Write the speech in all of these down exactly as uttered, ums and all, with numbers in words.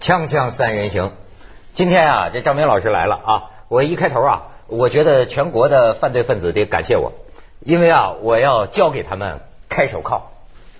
锵锵三人行，今天啊，这张明老师来了啊！我一开头啊，我觉得全国的犯罪分子得感谢我，因为啊，我要教给他们开手铐。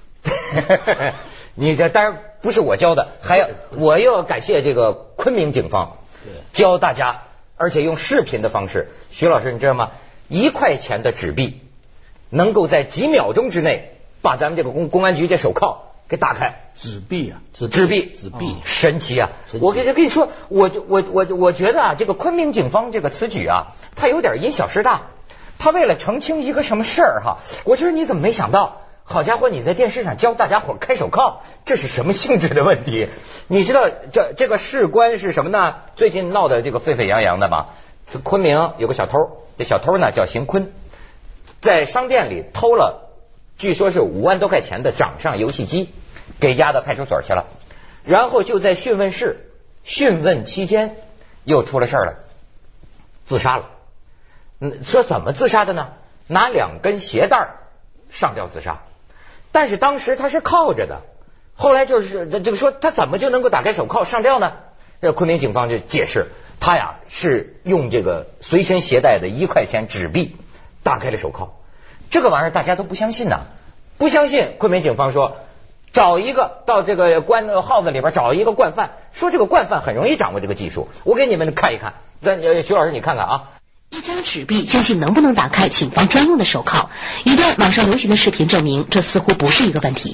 你这当然不是我教的，还要我又要感谢这个昆明警方教大家，而且用视频的方式。徐老师，你知道吗？一块钱的纸币能够在几秒钟之内把咱们这个公公安局这手铐给打开。 纸币啊， 纸币， 纸币， 神奇啊！我跟跟你说，我我我我觉得啊，这个昆明警方这个此举啊，他有点因小失大。他为了澄清一个什么事儿哈，我觉得你怎么没想到？好家伙，你在电视上教大家伙开手铐，这是什么性质的问题？你知道这这个事关是什么呢？最近闹得这个沸沸扬扬的嘛。昆明有个小偷，这小偷呢叫邢坤，在商店里偷了，据说是五万多块钱的掌上游戏机。给押到派出所去了，然后就在讯问室讯问期间又出了事儿了，自杀了。嗯，说怎么自杀的呢？拿两根鞋带上吊自杀，但是当时他是铐着的，后来就是这个说他怎么就能够打开手铐上吊呢？这昆明警方就解释，他呀是用这个随身携带的一块钱纸币打开了手铐。这个玩意儿大家都不相信呐，不相信。昆明警方说，找一个到这个关号子里边找一个惯犯，说这个惯犯很容易掌握这个技术。我给你们看一看，这徐老师你看看啊， 一张纸币究竟能不能打开警方专用的手铐？一段网上流行的视频证明，这似乎不是一个问题。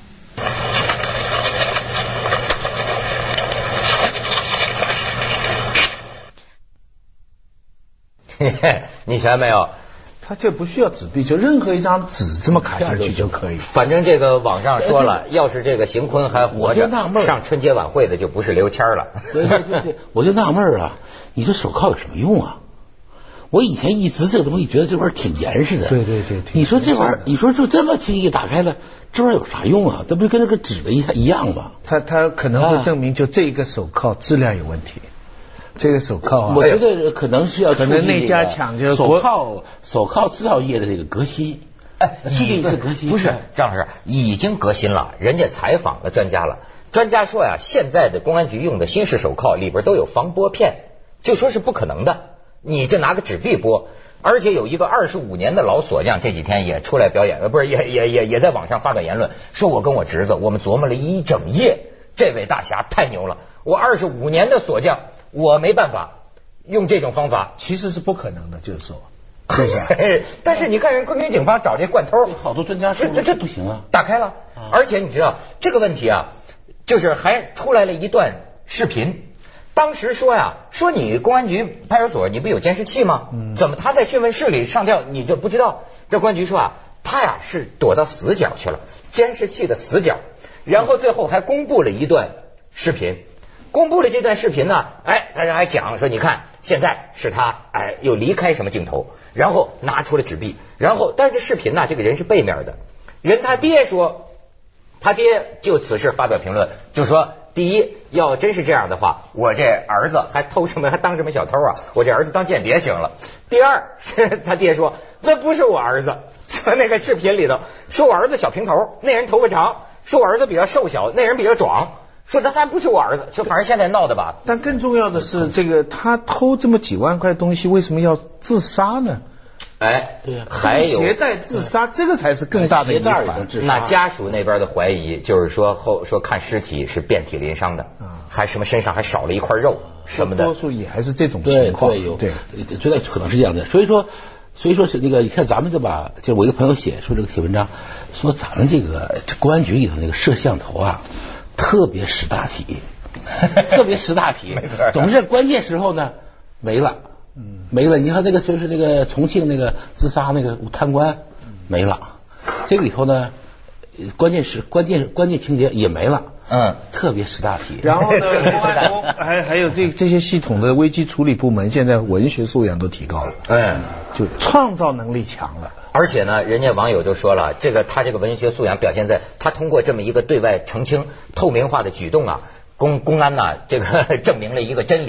你瞧没有？ 他这不需要纸币，就任何一张纸这么卡下去就可以。 反正这个网上说了，要是这个邢坤还活着，上春节晚会的就不是刘谦了。 对对对对，我就纳闷啊，你说手铐有什么用啊？我以前一直这个东西觉得这玩意儿挺严实的。 对对对， 你说这玩意儿，你说就这么轻易打开了，这玩意儿有啥用啊？这不就跟那个纸的一一样吗？ 他他可能会证明，就这个手铐质量有问题。这个手铐啊， 我觉得可能是要可能那家抢救手铐手铐制造业的这个革新。 哎，是这次革新不是张老师已经革新了，人家采访了专家了，专家说呀，现在的公安局用的新式手铐里边都有防拨片，就说是不可能的，你这拿个纸币拨。而且有一个二十五年的老锁匠这几天也出来表演，呃，不是也也也也在网上发表言论，说我跟我侄子我们琢磨了一整夜，这位大侠太牛了，我二十五年的锁匠，我没办法用这种方法， 其实是不可能的，就是说，是不是？但是你看人昆明警方找这惯偷， 好多专家说这这不行啊， 打开了，而且你知道这个问题啊，就是还出来了一段视频。当时说呀，说你公安局派出所你不有监视器吗？嗯，怎么他在讯问室里上吊你就不知道？这公安局说啊，他呀是躲到死角去了，监视器的死角，然后最后还公布了一段视频。公布了这段视频呢，哎，大家还讲说，你看现在是他哎又离开什么镜头，然后拿出了纸币，然后但是这视频呢，这个人是背面的，人他爹说，他爹就此事发表评论，就说第一，要真是这样的话，我这儿子还偷什么还当什么小偷啊？我这儿子当间谍行了。第二，他爹说那不是我儿子，从那个视频里头说我儿子小平头，那人头发长，说我儿子比较瘦小，那人比较壮。说他还不是我儿子，就反正现在闹的吧。 但更重要的是，这个他偷这么几万块东西，为什么要自杀呢？ 哎，对，还有携带自杀，这个才是更大的疑团。 那家属那边的怀疑就是说后说看尸体是遍体鳞伤的，还什么身上还少了一块肉什么的， 多数也还是这种情况。 对对有对，觉得可能是这样的。所以说，所以说是那个，你看咱们这吧，就我一个朋友写说这个写文章，说咱们这个这公安局里头那个摄像头啊。特别识大体，特别识大体，总是在关键时候呢没了，没了。你看那个就是那个重庆那个自杀那个贪官没了，这个里头呢，关键是关键关键情节也没了，嗯，特别识大体。 然后呢，公安公还还有这这些系统的危机处理部门，现在文学素养都提高了， 嗯， 就创造能力强了。 而且呢，人家网友就说了，这个他这个文学素养表现在他通过这么一个对外澄清、透明化的举动啊，公公安呐、啊，这个证明了一个真理。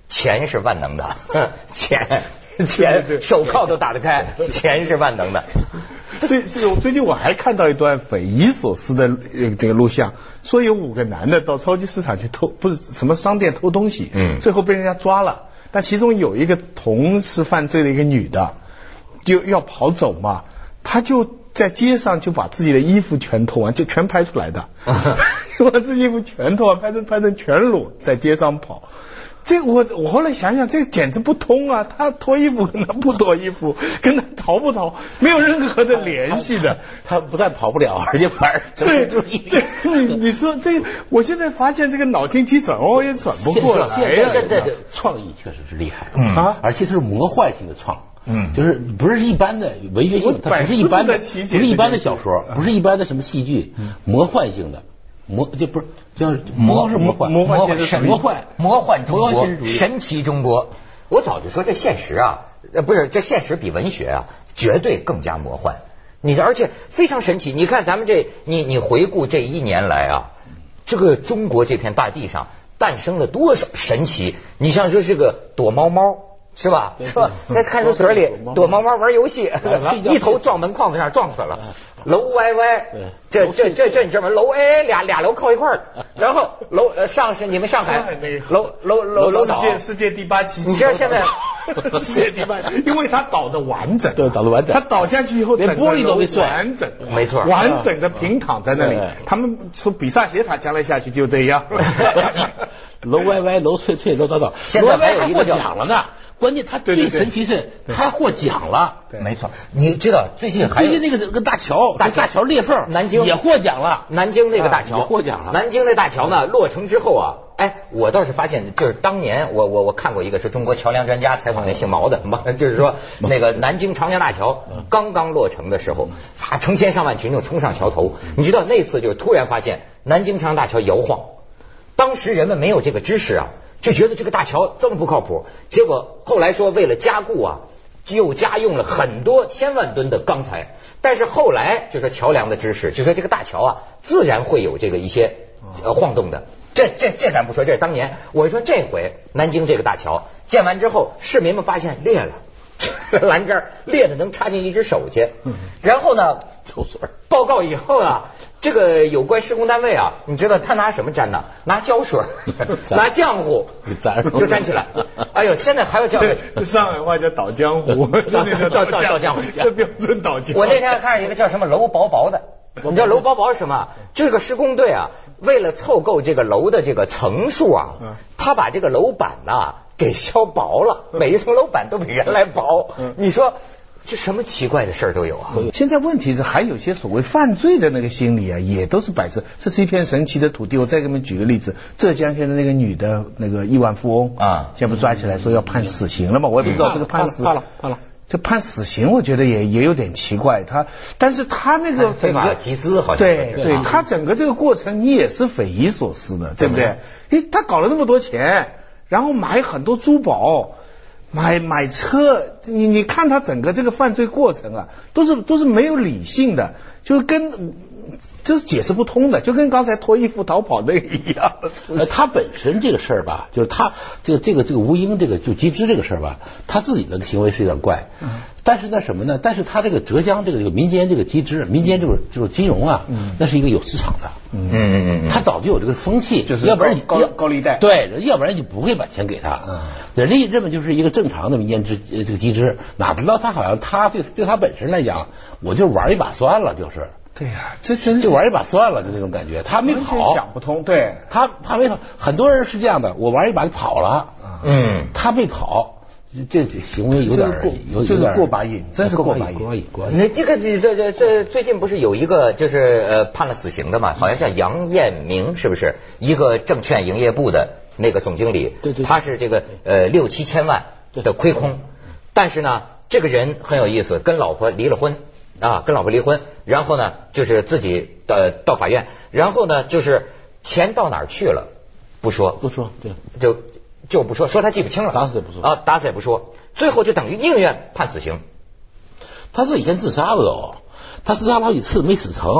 钱是万能的，钱钱手铐都打得开，钱是万能的。 最最近我还看到一段匪夷所思的呃这个录像，说有五个男的到超级市场去偷，不是什么商店偷东西，嗯，最后被人家抓了。但其中有一个同时犯罪的一个女的，就要跑走嘛，她就在街上就把自己的衣服全脱完，就全拍出来的，把自己衣服全脱完，拍成拍成全裸在街上跑。这我我后来想想，这简直不通啊！他脱衣服跟他不脱衣服，跟他逃不逃没有任何的联系的。 他, 他, 他不但跑不了，而且反而对对，你你说这，我现在发现这个脑筋急转弯也转不过来呀。 现在的创意确实是厉害，嗯啊，而且是魔幻性的创。嗯，就是不是一般的文学性，它不是一般的，不是一般的小说，不是一般的什么戏剧，魔幻性的。魔这不是叫魔是魔幻魔幻魔幻魔幻中国神奇中国。我早就说这现实啊，呃不是这现实比文学啊绝对更加魔幻。你而且非常神奇。你看咱们这你你回顾这一年来啊，这个中国这片大地上诞生了多少神奇？你像说这个躲猫猫。是吧？是吧？在看守所里躲猫猫玩游戏，一头撞门框子上撞死了。楼歪歪，这这这这你知道吗？楼 A 俩俩楼靠一块儿，然后楼呃上是你们上海楼楼楼楼岛世界世界第八奇迹。 你知道现在世界第八，因为它倒的完整， 对，倒的完整， 它倒下去以后连玻璃都没碎， 完整， 没错， 完整的平躺在那里。他们说比萨斜塔将来下去就这样， 楼歪歪，楼脆脆，楼倒倒。 现在还有一个奖了呢。关键他最神奇是他获奖了， 没错。你知道最近还有最近那个个大桥，大大桥裂缝， 南京也获奖了。 南京那个大桥也获奖了。 南京那大桥呢，落成之后啊，哎，我倒是发现，就是当年我我我看过一个是中国桥梁专家采访那姓毛的，就是说那个南京长江大桥刚刚落成的时候，啊，成千上万群众冲上桥头，你知道那次就是突然发现南京长江大桥摇晃，当时人们没有这个知识啊。就觉得这个大桥这么不靠谱，结果后来说为了加固啊，又加用了很多千万吨的钢材。但是后来就说桥梁的知识，就说这个大桥啊，自然会有这个一些呃晃动的。这这这咱不说，这是当年。我说这回南京这个大桥建完之后，市民们发现裂了。栏杆裂的能插进一只手去，然后呢，报告以后啊，这个有关施工单位啊，你知道他拿什么粘呢？拿胶水，拿浆糊，就粘起来。哎呦，现在还有浆糊， 上海话叫倒浆糊， 倒倒倒浆糊， 这标准倒浆糊。 我那天看一个叫什么楼薄薄的，你知道楼薄薄是什么？这个施工队啊，为了凑够这个楼的这个层数啊，他把这个楼板呐。给削薄了，每一层楼板都比原来薄。你说这什么奇怪的事儿都有啊！ 现在问题是还有些所谓犯罪的那个心理啊，也都是摆着。这是一片神奇的土地。我再给你们举个例子，浙江现在那个女的那个亿万富翁啊，现在不抓起来说要判死刑了嘛？我也不知道这个判死判了判了。 这判死刑，我觉得也也有点奇怪。他，但是他那个非法集资好像对对，他整个这个过程你也是匪夷所思的，对不对？诶，他搞了那么多钱。然后买很多珠宝，买买车，你你看他整个这个犯罪过程啊，都是都是没有理性的，就是跟就是解释不通的，就跟刚才脱衣服逃跑那个一样。 呃，他本身这个事儿吧，就是他这个这个这个吴英这个就集资这个事儿吧，他自己的行为是有点怪。嗯。但是那什么呢？但是他这个浙江这个这个民间这个机制，民间这种这种金融啊，嗯、那是一个有市场的，嗯嗯嗯，他早就有这个风气， 就是要不然高高利贷， 对，要不然就不会把钱给他，嗯，人家认为就是一个正常的民间制这个机制，哪知道他好像他对对他本身来讲，我就玩一把算了，就是， 对呀、啊，这真是就玩一把算了，就那种感觉，他没跑， 想不通，对他他没跑，很多人是这样的，我玩一把就跑了，嗯，他没跑。这行为有点有就是过把瘾，真是过把瘾。 过把瘾，过把瘾。你这个这这这最近不是有一个就是呃判了死刑的嘛？好像叫杨艳明，是不是一个证券营业部的那个总经理？ 对对， 他是这个呃六七千万的亏空，但是呢，这个人很有意思，跟老婆离了婚啊，跟老婆离婚，然后呢就是自己的到法院，然后呢就是钱到哪儿去了不说不说，对， 就。就不说，说他记不清了， 打死也不说啊，打死也不说，最后就等于宁愿判死刑。 他是以前自杀的都，他自杀了好几次没死成，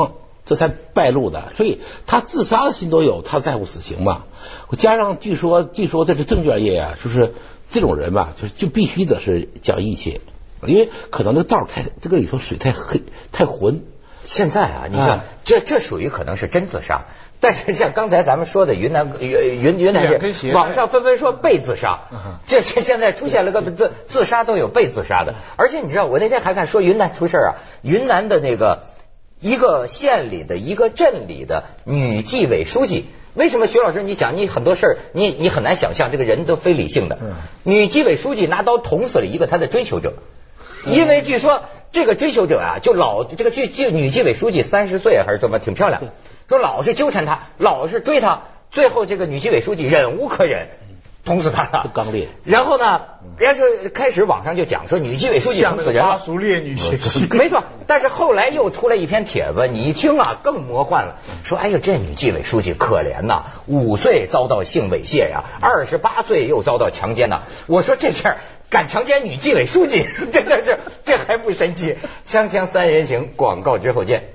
这才败露的。所以他自杀的心都有，他在乎死刑嘛？加上据说据说这是证券业啊，就是这种人吧，就是就必须得是讲义气，因为可能这个道太这个里头水太黑太浑。 现在啊，你看，这这属于可能是真自杀，但是像刚才咱们说的云南云云南这网上纷纷说被自杀，这是现在出现了个自自杀都有被自杀的，而且你知道我那天还看说云南出事啊，云南的那个一个县里的一个镇里的女纪委书记。为什么徐老师你讲你很多事儿你你很难想象，这个人都非理性的，女纪委书记拿刀捅死了一个她的追求者。因为据说这个追求者啊，就老这个纪纪女纪委书记三十岁还是怎么挺漂亮，说老是纠缠他，老是追他，最后这个女纪委书记忍无可忍，捅死他了， 刚烈。 然后呢，人家就开始网上就讲说女纪委书记捅死人了， 巴蜀烈女学习， 没错。但是后来又出来一篇帖子，你一听啊更魔幻了，说哎呀这女纪委书记可怜呐，五岁遭到性猥亵呀，二十八岁又遭到强奸呐。我说这事儿敢强奸女纪委书记，真的是这还不神奇？锵锵三人行，广告之后见。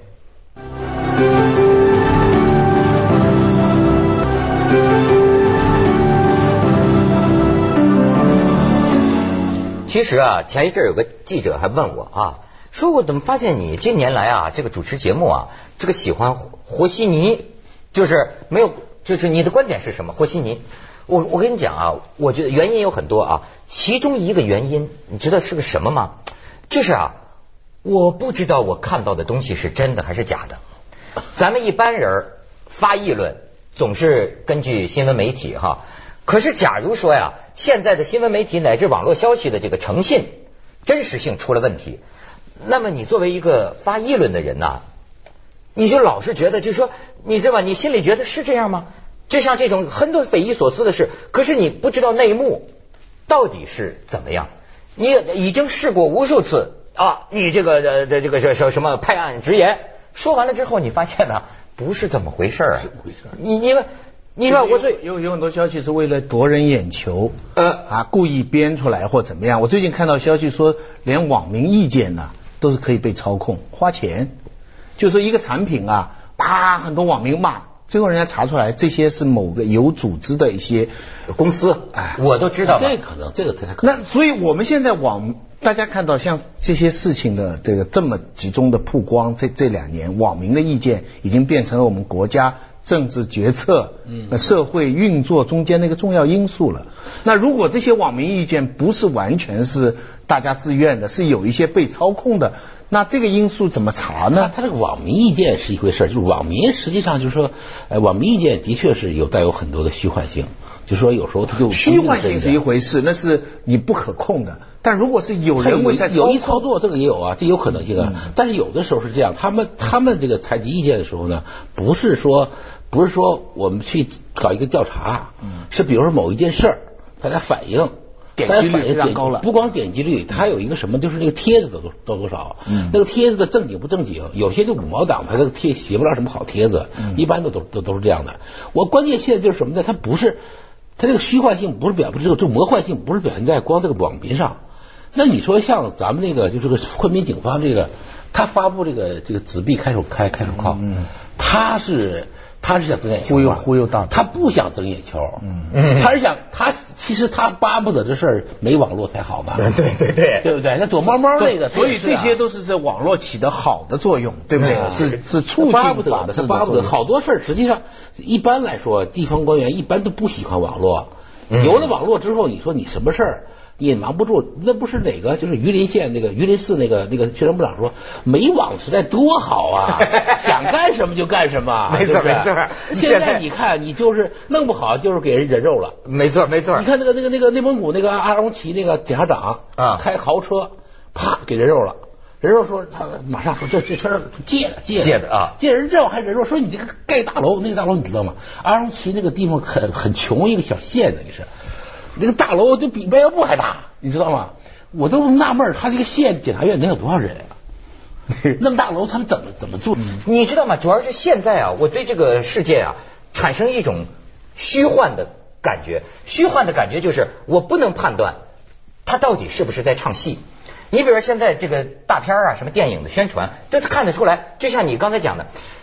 其实啊，前一阵有个记者还问我啊，说我怎么发现你近年来啊，这个主持节目啊，这个喜欢和稀泥，就是没有，就是你的观点是什么？和稀泥？我我跟你讲啊，我觉得原因有很多啊，其中一个原因，你知道是个什么吗？就是啊，我不知道我看到的东西是真的还是假的。咱们一般人发议论总是根据新闻媒体哈。可是假如说呀，现在的新闻媒体乃至网络消息的这个诚信、真实性出了问题，那么你作为一个发议论的人呐、啊，你就老是觉得，就说你对吧？你心里觉得是这样吗？就像这种很多匪夷所思的事，可是你不知道内幕到底是怎么样。你已经试过无数次啊，你这个呃这个什什么拍案直言，说完了之后，你发现呢不是这么回事啊，你你们。你看，我最有有很多消息是为了夺人眼球，呃啊，故意编出来或怎么样。我最近看到消息说，连网民意见呢、啊、都是可以被操控，花钱，就说一个产品啊，啪，很多网民骂，最后人家查出来，这些是某个有组织的一些公司，哎，我都知道。 这可能，这个才可能。 那所以我们现在网大家看到像这些事情的这个这么集中的曝光，这这两年网民的意见已经变成了我们国家政治决策、嗯、社会运作中间的一个重要因素了。那如果这些网民意见不是完全是大家自愿的，是有一些被操控的，那这个因素怎么查呢？ 他这个网民意见是一回事，就是网民实际上就是说，呃，网民意见的确是有带有很多的虚幻性，就是说有时候他就虚幻性是一回事，那是你不可控的。但如果是有人为在有意操作，这个也有啊，这有可能性啊。嗯、但是有的时候是这样，他们他们这个采集意见的时候呢，不是说不是说我们去搞一个调查，嗯、是比如说某一件事儿，大家反映， 点击率非常高了。 不光点击率，它还有一个什么，就是那个帖子的多多多少，嗯、那个帖子的正经不正经，有些就五毛党，他这个贴写不了什么好帖子，嗯、一般都都都都是这样的。我关键现在就是什么呢？它不是它这个虚幻性不是表不是这个这魔幻性不是表现在光这个网民上。那你说像咱们那个就是个昆明警方这个，他发布这个这个纸币开手开开手铐，嗯，他是他是想争眼球， 忽悠忽悠大， 他不想争眼球，嗯，他是想他其实他巴不得这事儿没网络才好嘛， 对对对， 对不对？那躲猫猫那个， 所以这些都是在网络起的好的作用，对不对？是是促进巴不得的，他巴不得好多事儿，实际上一般来说，地方官员一般都不喜欢网络，有了网络之后，你说你什么事儿？也瞒不住，那不是哪个就是榆林县那个榆林市那个那个宣传部长说，没网时代多好啊，想干什么就干什么， 没错没错。 现在你看，你就是弄不好就是给人人肉了， 没错没错。 你看那个那个那个内蒙古那个阿荣旗那个检察长啊，开豪车，啪给人肉了。人肉说他马上说这这车借的借的借的啊， 借人肉还人肉说你这个盖大楼那个大楼你知道吗？阿荣旗那个地方很很穷一个小县的也是。那个大楼就比外交部还大，你知道吗？我都纳闷，他这个县检察院能有多少人啊？那么大楼他们怎么怎么做？ 你知道吗？主要是现在啊，我对这个世界啊产生一种虚幻的感觉，虚幻的感觉就是我不能判断他到底是不是在唱戏。你比如说现在这个大片啊，什么电影的宣传，都是看得出来。就像你刚才讲的，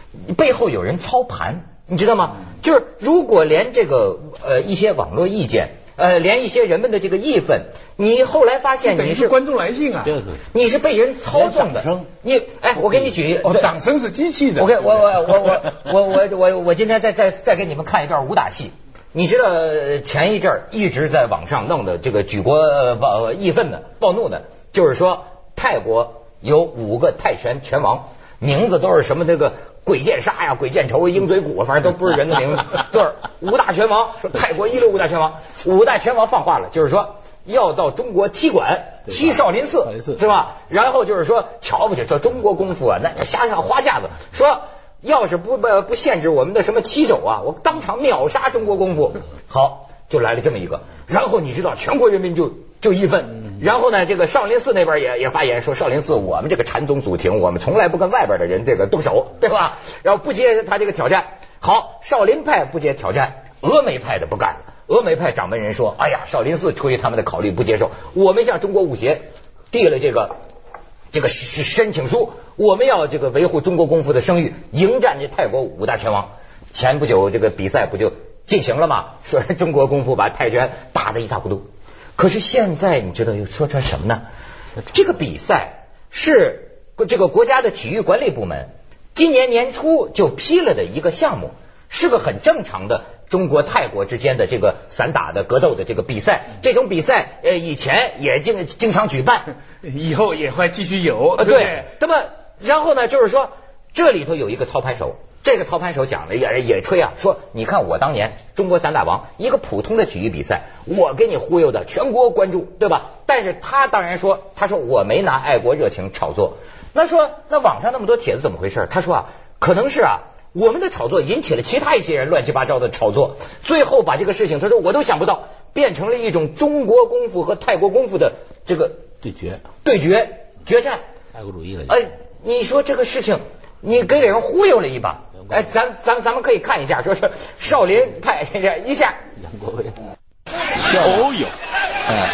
背后有人操盘，你知道吗？就是如果连这个呃一些网络意见。呃，连一些人们的这个义愤，你后来发现你是观众来信啊， 你是被人操纵的。你哎，我给你举哦，掌声是机器的。 我给我我我我我我我我今天再再再给你们看一段武打戏。你知道前一阵儿一直在网上弄的这个举国暴义愤的暴怒的，就是说泰国有五个泰拳拳王。名字都是什么那个鬼剑杀呀、鬼剑仇、鹰嘴骨，反正都不是人的名字，都是五大拳王。说泰国一流五大拳王，五大拳王放话了，就是说要到中国踢馆、踢少林寺，是吧？然后就是说瞧不起这中国功夫啊，那瞎上花架子。说要是不不不限制我们的什么七肘啊，我当场秒杀中国功夫。好，就来了这么一个，然后你知道全国人民就就义愤。然后呢，这个少林寺那边也也发言说，少林寺我们这个禅宗祖庭，我们从来不跟外边的人这个动手，对吧？然后不接他这个挑战。好，少林派不接挑战，峨眉派的不干了。峨眉派掌门人说，哎呀，少林寺出于他们的考虑不接受，我们向中国武协递了这个这个申请书，我们要这个维护中国功夫的声誉，迎战这泰国五大拳王。前不久这个比赛不就进行了吗？说中国功夫把泰拳打得一塌糊涂。可是现在你知道又说成什么呢？这个比赛是这个国家的体育管理部门今年年初就批了的一个项目，是个很正常的中国泰国之间的这个散打的格斗的这个比赛。这种比赛呃以前也经经常举办， 以后也会继续有。 呃、对, 对，那么然后呢，就是说这里头有一个操盘手。这个操盘手讲了也也吹啊，说你看我当年中国散打王一个普通的体育比赛，我给你忽悠的全国关注，对吧？但是他当然说，他说我没拿爱国热情炒作。那说那网上那么多帖子怎么回事？他说啊，可能是啊我们的炒作引起了其他一些人乱七八糟的炒作，最后把这个事情他说我都想不到变成了一种中国功夫和泰国功夫的这个对决对决决战， 爱国主义了。 哎，你说这个事情你给人忽悠了一把。哎，咱咱咱们可以看一下，说是少林派一下， 杨国威， 都有，哎，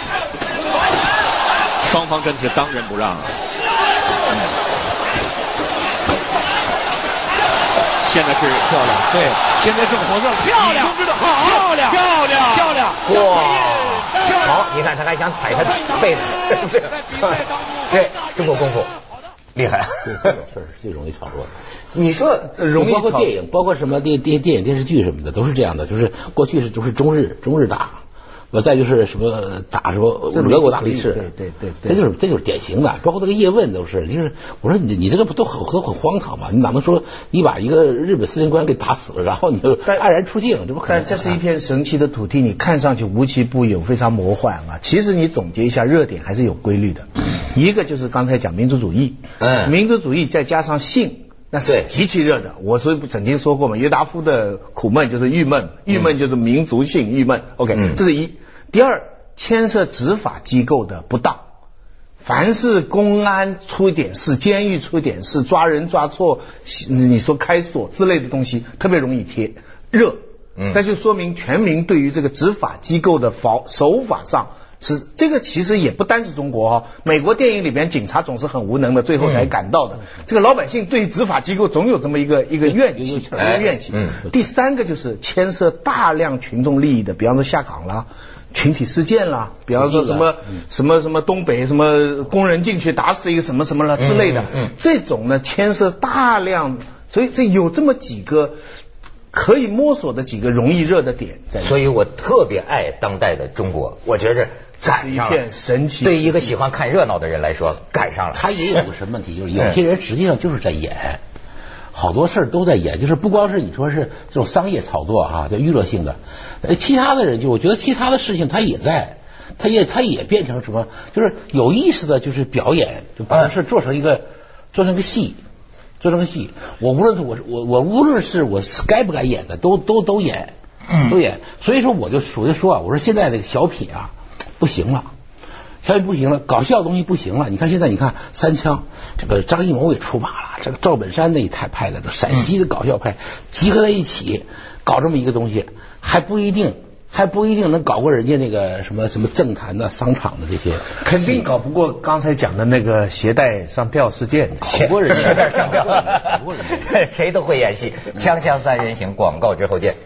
双方真是当仁不让啊。嗯、现在是漂亮，对，现在是活色，漂亮，控制的好，漂亮，漂亮，漂亮， 哇，好，你看他还想踩他背子，对，中国功夫。厉害， 这种事儿是最容易炒作的。 你说容易，包括电影，包括什么电电电影电视剧什么的，都是这样的。就是过去是就是中日中日打，我再就是什么打什么俄国大力士， 对对对， 这就是这就是典型的。包括那个叶问都是，就是我说你你这个不都很都很荒唐吗？你哪能说你把一个日本司令官给打死了，然后你就黯然出境？这不可能。 但这是一片神奇的土地，你看上去无奇不有，非常魔幻啊。其实你总结一下热点还是有规律的。一个就是刚才讲民族主义，嗯，民族主义再加上性，那是极其热的。我所以曾经说过嘛，约达夫的苦闷就是郁闷，郁闷就是民族性郁闷。OK，、嗯、这是一。第二，牵涉执法机构的不当，凡是公安出一点事，监狱出一点事，抓人抓错，你说开锁之类的东西，特别容易贴热。嗯，那就说明全民对于这个执法机构的法手法上。是这个其实也不单是中国哈、哦，美国电影里边警察总是很无能的，最后才赶到的。嗯、这个老百姓对执法机构总有这么一个一个怨气，一个怨气。嗯。第三个就是牵涉大量群众利益的，比方说下岗啦、群体事件啦，比方说什么、嗯、什么什么东北什么工人进去打死一个什么什么了之类的，嗯嗯嗯、这种呢牵涉大量，所以这有这么几个。可以摸索的几个容易热的点在， 所以我特别爱当代的中国，我觉着赶上了，一片神奇。 对一个喜欢看热闹的人来说，赶上了。 他也有个什么问题，就是有些人实际上就是在演，好多事儿都在演，就是不光是你说是这种商业炒作哈、啊，叫娱乐性的，呃，其他的人就我觉得其他的事情他也在，他也他也变成什么，就是有意识的，就是表演，就把这事做成一个、嗯、做成一个戏。做成个戏，我无论我我我无论是我该不该演的，都都都演，都演。所以说我就属于说啊，我说现在这个小品啊不行了，小品不行了，搞笑的东西不行了。你看现在你看三枪，这个张艺谋也出马了，这个赵本山那一派派的，这陕西的搞笑派集合在一起搞这么一个东西，还不一定还不一定能搞过人家那个什么什么政坛的、商场的这些， 肯定搞不过刚才讲的那个鞋带上吊事件， 搞过人家鞋带上吊，谁都会演戏。锵锵三人行，广告之后见。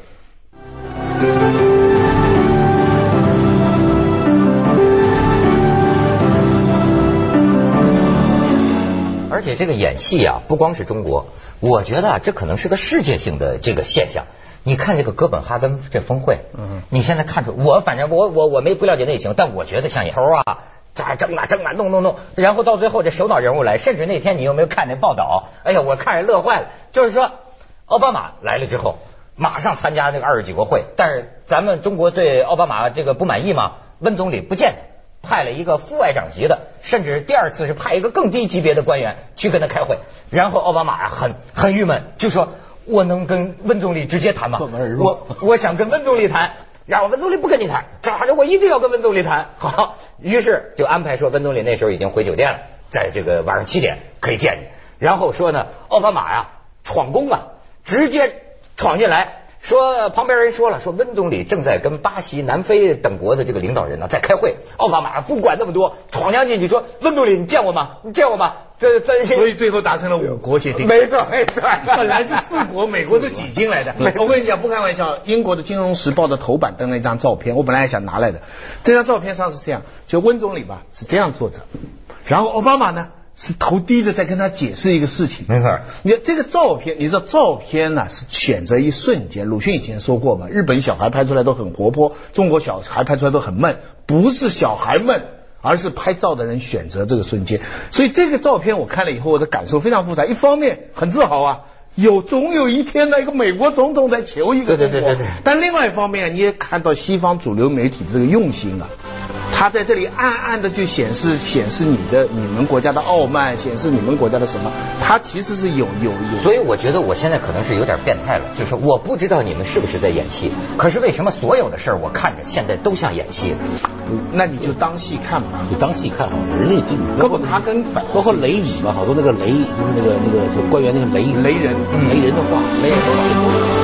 而且这个演戏啊，不光是中国，我觉得啊，这可能是个世界性的这个现象。你看这个哥本哈根这峰会，嗯，你现在看出我反正我我我没不了解内情，但我觉得像演头啊，咋争啊争啊弄弄弄，然后到最后这首脑人物来，甚至那天你有没有看那报道？哎呀，我看着乐坏了。就是说，奥巴马来了之后，马上参加那个二十几国会，但是咱们中国对奥巴马这个不满意嘛，温总理不见他。派了一个副外长级的，甚至第二次是派一个更低级别的官员去跟他开会，然后奥巴马啊很很郁闷，就说我能跟温总理直接谈吗？我我想跟温总理谈，然后温总理不跟你谈，抓着我一定要跟温总理谈。好，于是就安排说温总理那时候已经回酒店了，在这个晚上七点可以见你。然后说呢，奥巴马呀闯宫啊，直接闯进来。说旁边人说了，说温总理正在跟巴西、南非等国的这个领导人呢在开会，奥巴马不管那么多，闯将进去说温总理你见我吗？你见我吗？这分析， 所以最后达成了五国协定。 没错没错， 本来是四国，美国是挤进来的。我跟你讲，不开玩笑，英国的《金融时报》的头版登了一张照片，我本来还想拿来的。这张照片上是这样，就温总理吧是这样坐着，然后奥巴马呢是头低着在跟他解释一个事情。 没错， 你这个照片，你知道照片呢、啊、是选择一瞬间。鲁迅以前说过嘛，日本小孩拍出来都很活泼，中国小孩拍出来都很闷，不是小孩闷，而是拍照的人选择这个瞬间。所以这个照片我看了以后，我的感受非常复杂。一方面很自豪啊，有总有一天那个美国总统在求一个中国， 对对对对对。 但另外一方面，你也看到西方主流媒体的这个用心啊。他在这里暗暗的就显示显示你的你们国家的傲慢，显示你们国家的什么？他其实是有有有。 所以我觉得我现在可能是有点变态了，就是我不知道你们是不是在演戏，可是为什么所有的事儿我看着现在都像演戏？ 那你就当戏看吧， 就当戏看好。人家就哥本哈根包括雷雨嘛，好多那个雷就是那个那个官员那个雷雷人雷人的话，雷人的话。